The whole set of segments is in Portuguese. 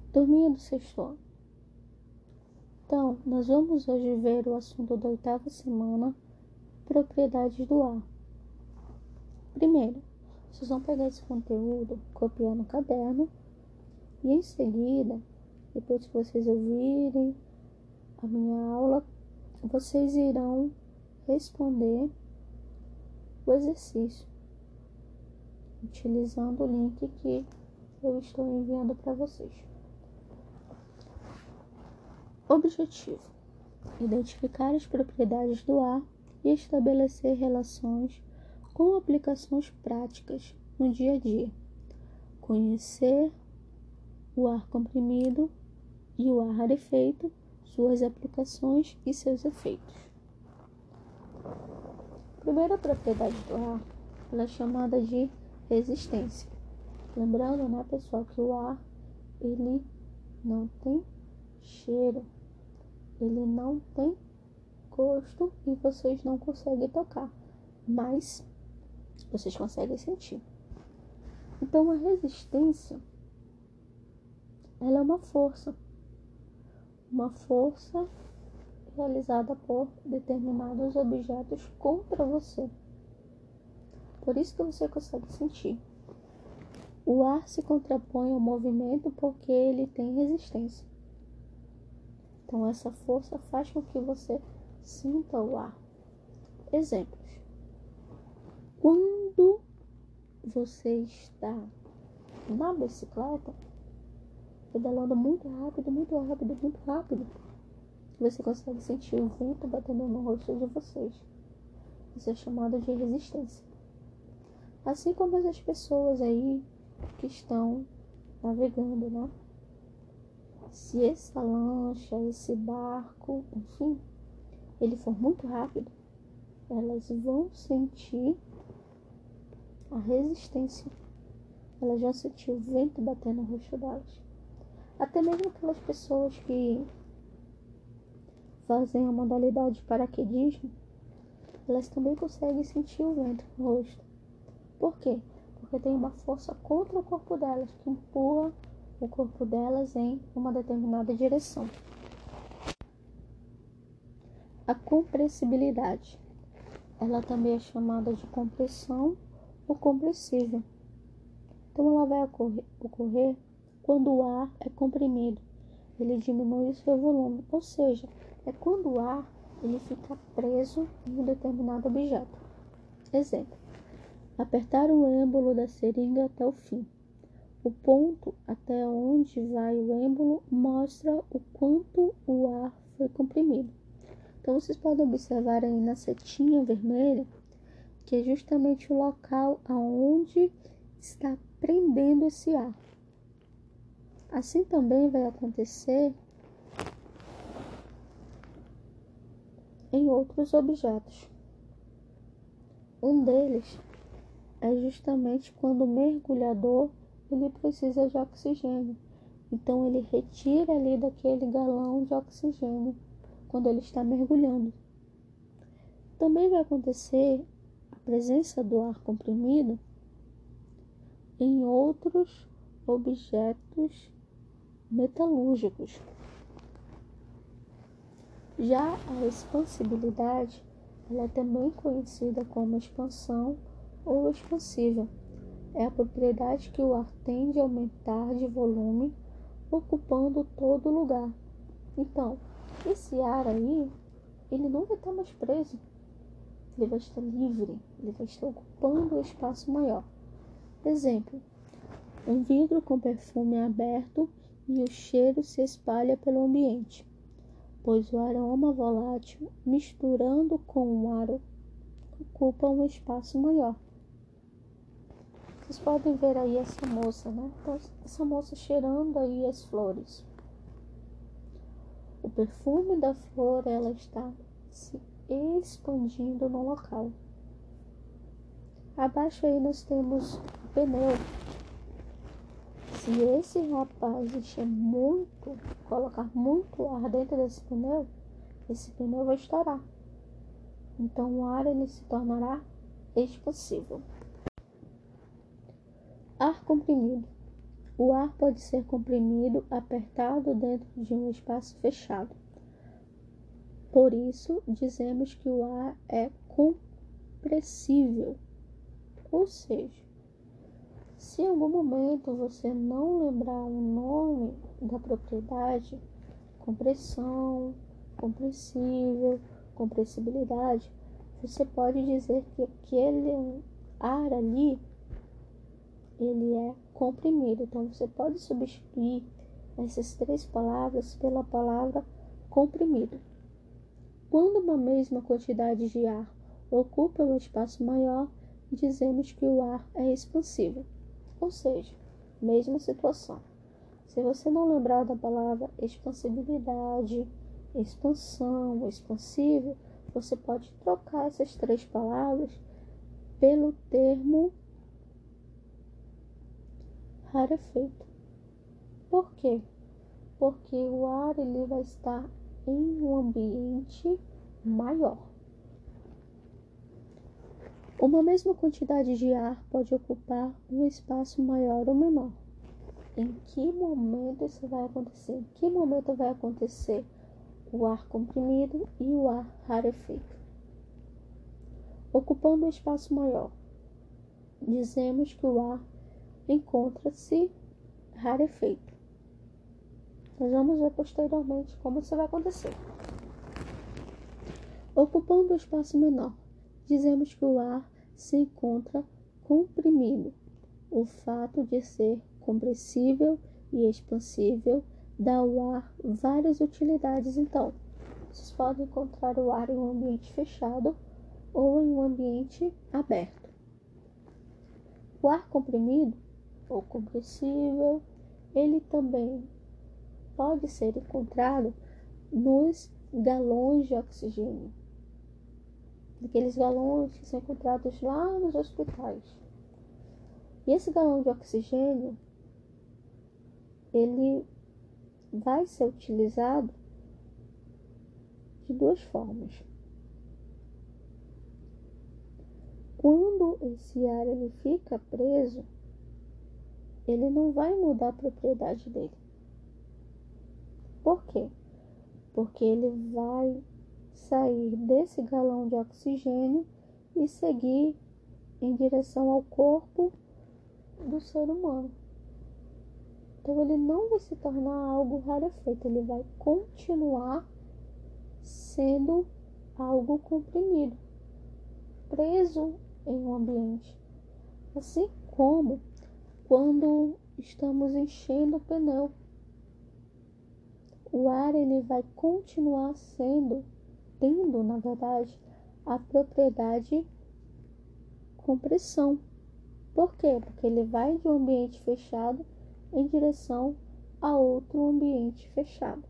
Turminha do sexto ano. Então, nós vamos hoje ver o assunto da 8ª semana, propriedades do ar. Primeiro, vocês vão pegar esse conteúdo, copiar no caderno e em seguida, depois que vocês ouvirem a minha aula, vocês irão responder o exercício utilizando o link que eu estou enviando para vocês. Objetivo: identificar as propriedades do ar e estabelecer relações com aplicações práticas no dia a dia. Conhecer o ar comprimido e o ar rarefeito, suas aplicações e seus efeitos. A primeira propriedade do ar, ela é chamada de resistência. Lembrando, né, pessoal, que o ar, ele não tem cheiro, ele não tem gosto e vocês não conseguem tocar, mas vocês conseguem sentir. Então, a resistência, ela é uma força realizada por determinados objetos contra você. Por isso que você consegue sentir. O ar se contrapõe ao movimento porque ele tem resistência. Então, essa força faz com que você sinta o ar. Exemplos. Quando você está na bicicleta, pedalando muito rápido, você consegue sentir o vento batendo no rosto de vocês. Isso é chamado de resistência. Assim como as pessoas aí que estão navegando, né? Se essa lancha, esse barco, enfim, ele for muito rápido, elas vão sentir a resistência. Elas vão sentir o vento batendo no rosto delas. Até mesmo aquelas pessoas que fazem a modalidade de paraquedismo, elas também conseguem sentir o vento no rosto. Por quê? Porque tem uma força contra o corpo delas, que empurra o corpo delas em uma determinada direção. A compressibilidade, ela também é chamada de compressão ou compressível. Então, ela vai ocorrer quando o ar é comprimido, ele diminui o seu volume, ou seja, é quando o ar ele fica preso em um determinado objeto. Exemplo: apertar o êmbolo da seringa até o fim. O ponto até onde vai o êmbolo mostra o quanto o ar foi comprimido. Então, vocês podem observar aí na setinha vermelha que é justamente o local aonde está prendendo esse ar. Assim também vai acontecer em outros objetos. Um deles é justamente quando o mergulhador ele precisa de oxigênio. Então, ele retira ali daquele galão de oxigênio quando ele está mergulhando. Também vai acontecer a presença do ar comprimido em outros objetos metalúrgicos. Já a expansibilidade, ela é também conhecida como expansão ou expansível. É a propriedade que o ar tende a aumentar de volume, ocupando todo lugar. Então, esse ar aí, ele não vai estar mais preso. Ele vai estar livre, ele vai estar ocupando um espaço maior. Exemplo: um vidro com perfume aberto e o cheiro se espalha pelo ambiente, pois o aroma volátil, misturando com o ar, ocupa um espaço maior. Vocês podem ver aí essa moça, né? Então, essa moça cheirando aí as flores. O perfume da flor, ela está se expandindo no local. Abaixo aí nós temos o pneu. Se esse rapaz colocar muito ar dentro desse pneu, esse pneu vai estourar. Então o ar ele se tornará expansível. Ar comprimido. O ar pode ser comprimido, apertado dentro de um espaço fechado. Por isso, dizemos que o ar é compressível. Ou seja, se em algum momento você não lembrar o nome da propriedade, compressão, compressível, compressibilidade, você pode dizer que aquele ar ali, ele é comprimido. Então, você pode substituir essas 3 palavras pela palavra comprimido. Quando uma mesma quantidade de ar ocupa um espaço maior, dizemos que o ar é expansivo. Ou seja, mesma situação. Se você não lembrar da palavra expansibilidade, expansão, expansível, você pode trocar essas 3 palavras pelo termo rarefeito. Por quê? Porque o ar ele vai estar em um ambiente maior. Uma mesma quantidade de ar pode ocupar um espaço maior ou menor. Em que momento isso vai acontecer? Em que momento vai acontecer o ar comprimido e o ar rarefeito? Ocupando um espaço maior, dizemos que o ar encontra-se rarefeito. Nós vamos ver posteriormente como isso vai acontecer. Ocupando um espaço menor, dizemos que o ar se encontra comprimido. O fato de ser compressível e expansível dá ao ar várias utilidades. Então, vocês podem encontrar o ar em um ambiente fechado ou em um ambiente aberto. O ar comprimido ou compressível, ele também pode ser encontrado nos galões de oxigênio, aqueles galões que são encontrados lá nos hospitais. E esse galão de oxigênio, ele vai ser utilizado de 2 formas. Quando esse ar ele fica preso, ele não vai mudar a propriedade dele. Por quê? Porque ele vai sair desse galão de oxigênio e seguir em direção ao corpo do ser humano. Então ele não vai se tornar algo rarefeito, ele vai continuar sendo algo comprimido, preso em um ambiente. Assim como quando estamos enchendo o pneu, o ar ele vai continuar tendo, na verdade, a propriedade compressão. Por quê? Porque ele vai de um ambiente fechado em direção a outro ambiente fechado.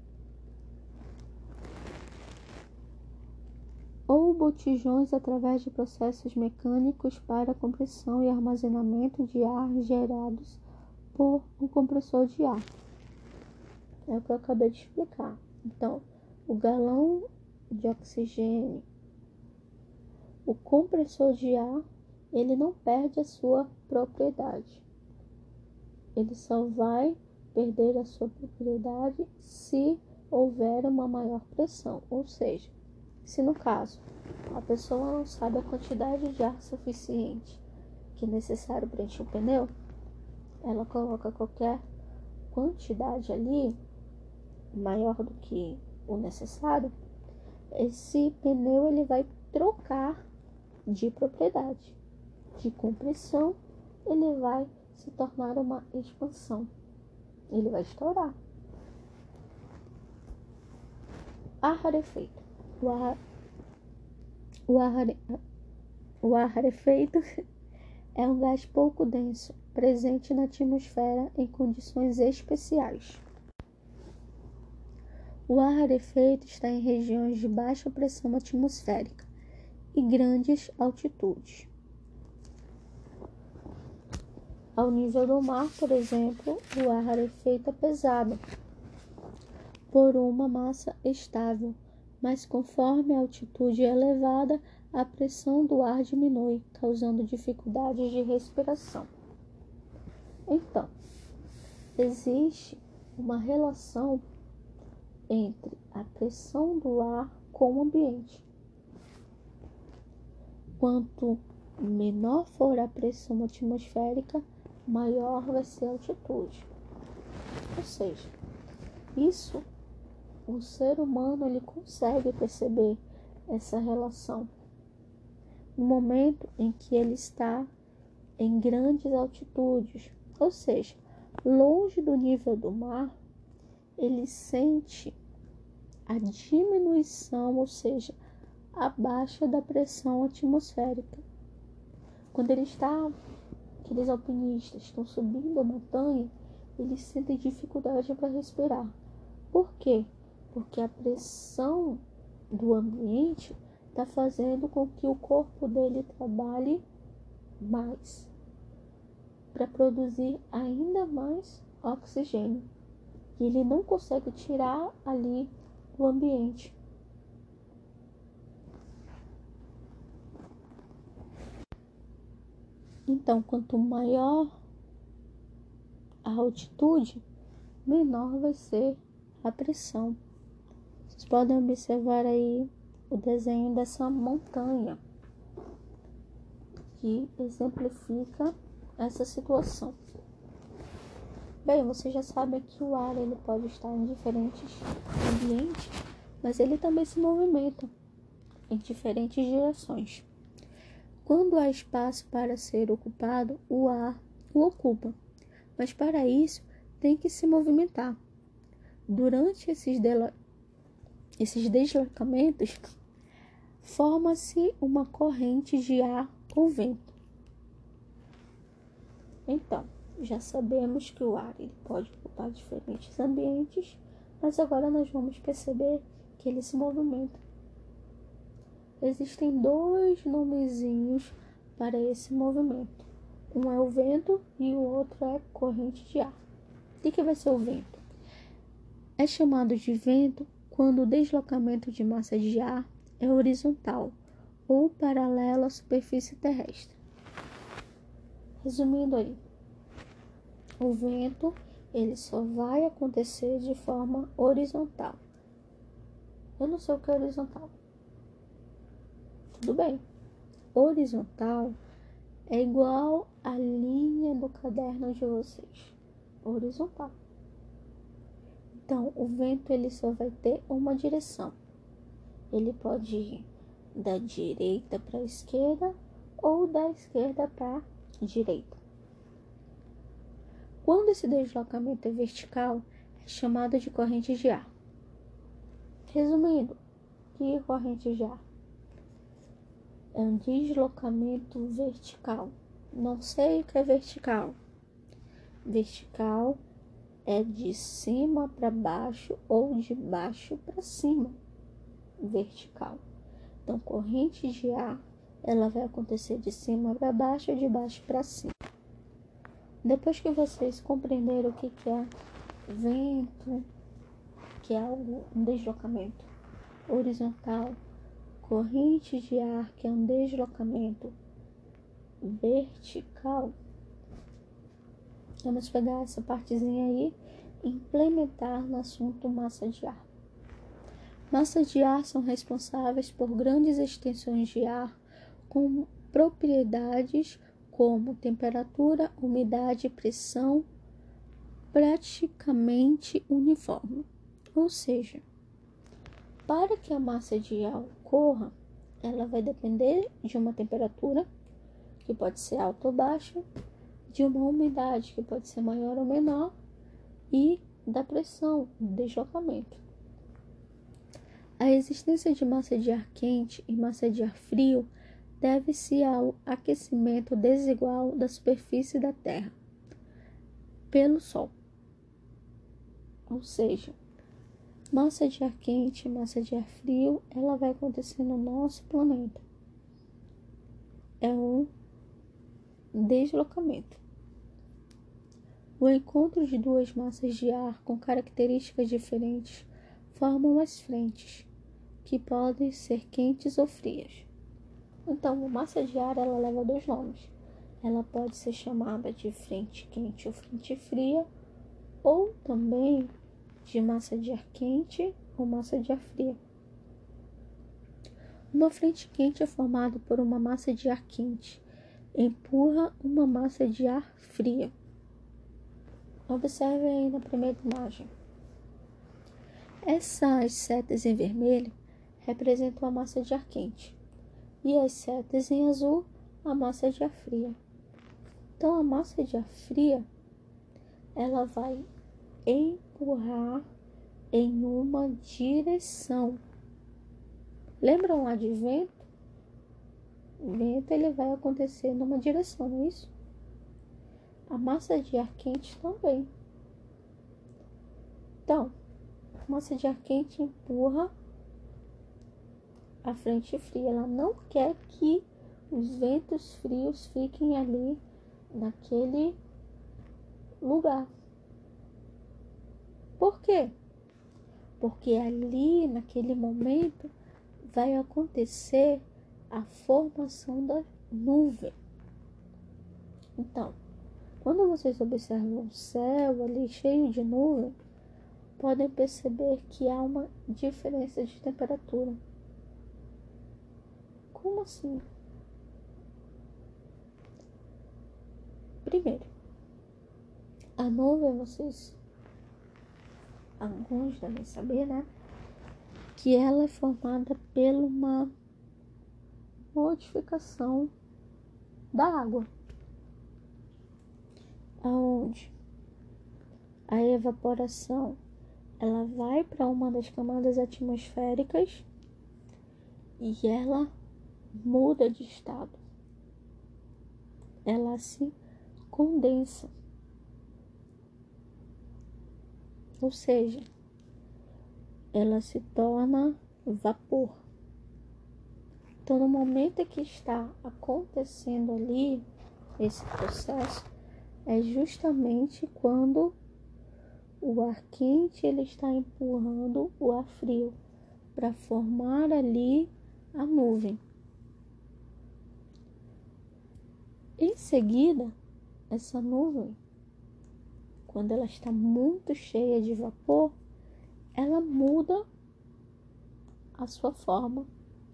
Ou botijões através de processos mecânicos para compressão e armazenamento de ar gerados por um compressor de ar. É o que eu acabei de explicar. Então, o galão de oxigênio, o compressor de ar, ele não perde a sua propriedade. Ele só vai perder a sua propriedade se houver uma maior pressão. Ou seja, se no caso a pessoa não sabe a quantidade de ar suficiente que é necessário para encher o pneu, ela coloca qualquer quantidade ali maior do que o necessário, esse pneu ele vai trocar de propriedade. De compressão, ele vai se tornar uma expansão. Ele vai estourar. Ar rarefeito. O ar rarefeito é um gás pouco denso, presente na atmosfera em condições especiais. O ar rarefeito está em regiões de baixa pressão atmosférica e grandes altitudes. Ao nível do mar, por exemplo, o ar rarefeito é pesado, por uma massa estável, mas conforme a altitude é elevada, a pressão do ar diminui, causando dificuldades de respiração. Então, existe uma relação entre a pressão do ar com o ambiente. Quanto menor for a pressão atmosférica, maior vai ser a altitude. Ou seja, isso o ser humano ele consegue perceber essa relação no momento em que ele está em grandes altitudes, ou seja, longe do nível do mar, ele sente a diminuição, ou seja, a baixa da pressão atmosférica. Quando aqueles alpinistas estão subindo a montanha, eles sentem dificuldade para respirar. Por quê? Porque a pressão do ambiente está fazendo com que o corpo dele trabalhe mais para produzir ainda mais oxigênio. E ele não consegue tirar ali do ambiente. Então, quanto maior a altitude, menor vai ser a pressão. Vocês podem observar aí o desenho dessa montanha que exemplifica essa situação. Bem, você já sabe que o ar ele pode estar em diferentes ambientes, mas ele também se movimenta em diferentes direções. Quando há espaço para ser ocupado, o ar o ocupa, mas para isso tem que se movimentar. Durante esses deslocamentos, forma-se uma corrente de ar ou vento. Então, já sabemos que o ar ele pode ocupar diferentes ambientes, mas agora nós vamos perceber que ele se movimenta. Existem dois nomezinhos para esse movimento. Um é o vento e o outro é corrente de ar. O que vai ser o vento? É chamado de vento quando o deslocamento de massa de ar é horizontal ou paralelo à superfície terrestre. Resumindo aí, o vento ele só vai acontecer de forma horizontal. Eu não sei o que é horizontal. Tudo bem. Horizontal é igual à linha do caderno de vocês. Horizontal. Então, o vento ele só vai ter uma direção. Ele pode ir da direita para a esquerda ou da esquerda para a direita. Quando esse deslocamento é vertical, é chamado de corrente de ar. Resumindo, o que é corrente de ar? É um deslocamento vertical. Não sei o que é vertical. Vertical é de cima para baixo ou de baixo para cima. Vertical. Então, corrente de ar, ela vai acontecer de cima para baixo ou de baixo para cima. Depois que vocês compreenderam o que é vento, que é um deslocamento horizontal, corrente de ar, que é um deslocamento vertical, vamos pegar essa partezinha aí e implementar no assunto massa de ar. Massas de ar são responsáveis por grandes extensões de ar com propriedades como temperatura, umidade e pressão praticamente uniforme. Ou seja, para que a massa de ar ocorra, ela vai depender de uma temperatura, que pode ser alta ou baixa, de uma umidade, que pode ser maior ou menor, e da pressão, do deslocamento. A existência de massa de ar quente e massa de ar frio deve-se ao aquecimento desigual da superfície da Terra pelo Sol. Ou seja, massa de ar quente e massa de ar frio, ela vai acontecer no nosso planeta. É um deslocamento. O encontro de duas massas de ar com características diferentes formam as frentes, que podem ser quentes ou frias. Então, a massa de ar ela leva dois nomes. Ela pode ser chamada de frente quente ou frente fria, ou também de massa de ar quente ou massa de ar fria. Uma frente quente é formada por uma massa de ar quente, empurra uma massa de ar fria. Observe aí na primeira imagem. Essas setas em vermelho representam a massa de ar quente e as setas em azul a massa de ar fria. Então a massa de ar fria ela vai empurrar em uma direção. Lembram lá de vento? O vento ele vai acontecer numa direção, não é isso? A massa de ar quente também. Então, a massa de ar quente empurra a frente fria. Ela não quer que os ventos frios fiquem ali naquele lugar. Por quê? Porque ali, naquele momento, vai acontecer a formação da nuvem. Então, quando vocês observam o céu ali cheio de nuvem, podem perceber que há uma diferença de temperatura. Como assim? Primeiro, a nuvem, alguns devem saber, né? Que ela é formada por uma modificação da água. Aonde a evaporação ela vai para uma das camadas atmosféricas e ela muda de estado. Ela se condensa. Ou seja, ela se torna vapor. Então, no momento em que está acontecendo ali esse processo, é justamente quando o ar quente ele está empurrando o ar frio para formar ali a nuvem. Em seguida, essa nuvem, quando ela está muito cheia de vapor, ela muda a sua forma,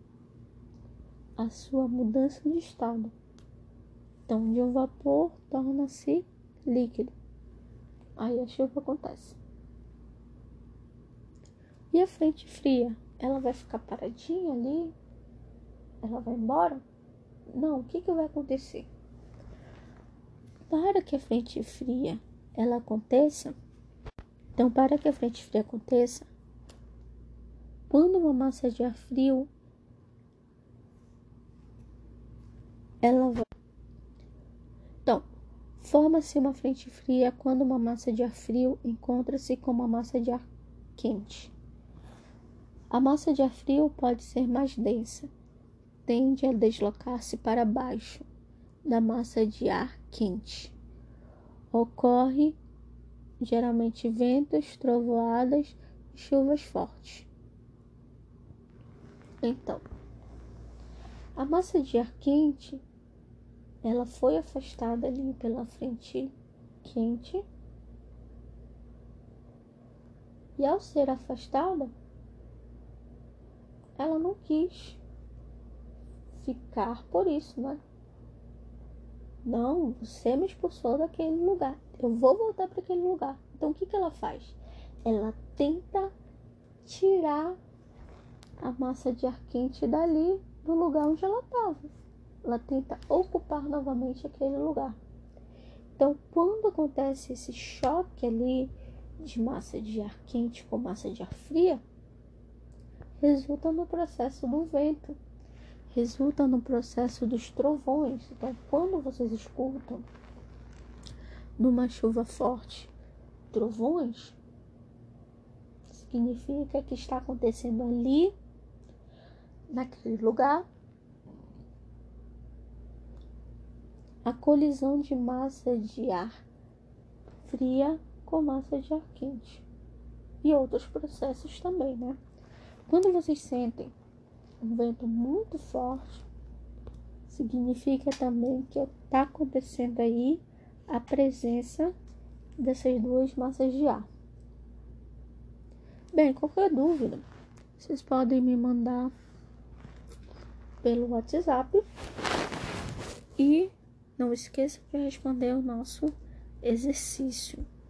a sua mudança de estado. Então, de um vapor torna-se líquido. Aí a chuva acontece. E a frente fria, ela vai ficar paradinha ali? Ela vai embora? Não, o que vai acontecer? Para que a frente fria ela aconteça, então para que a frente fria aconteça, quando uma massa de ar frio ela vai... Então, forma-se uma frente fria quando uma massa de ar frio encontra-se com uma massa de ar quente. A massa de ar frio pode ser mais densa, tende a deslocar-se para baixo da massa de ar quente. Ocorre geralmente ventos, trovoadas e chuvas fortes. Então, a massa de ar quente ela foi afastada ali pela frente quente e ao ser afastada ela não quis ficar por isso, né? Não, você me expulsou daquele lugar, eu vou voltar para aquele lugar. Então o que ela faz? Ela tenta tirar a massa de ar quente dali do lugar onde ela estava. Ela tenta ocupar novamente aquele lugar. Então, quando acontece esse choque ali de massa de ar quente com massa de ar fria, resulta no processo do vento, resulta no processo dos trovões. Então, quando vocês escutam numa chuva forte trovões, significa que está acontecendo ali, naquele lugar, a colisão de massa de ar fria com massa de ar quente. E outros processos também, né? Quando vocês sentem um vento muito forte, significa também que está acontecendo aí a presença dessas duas massas de ar. Bem, qualquer dúvida, vocês podem me mandar pelo WhatsApp e não esqueça de responder o nosso exercício.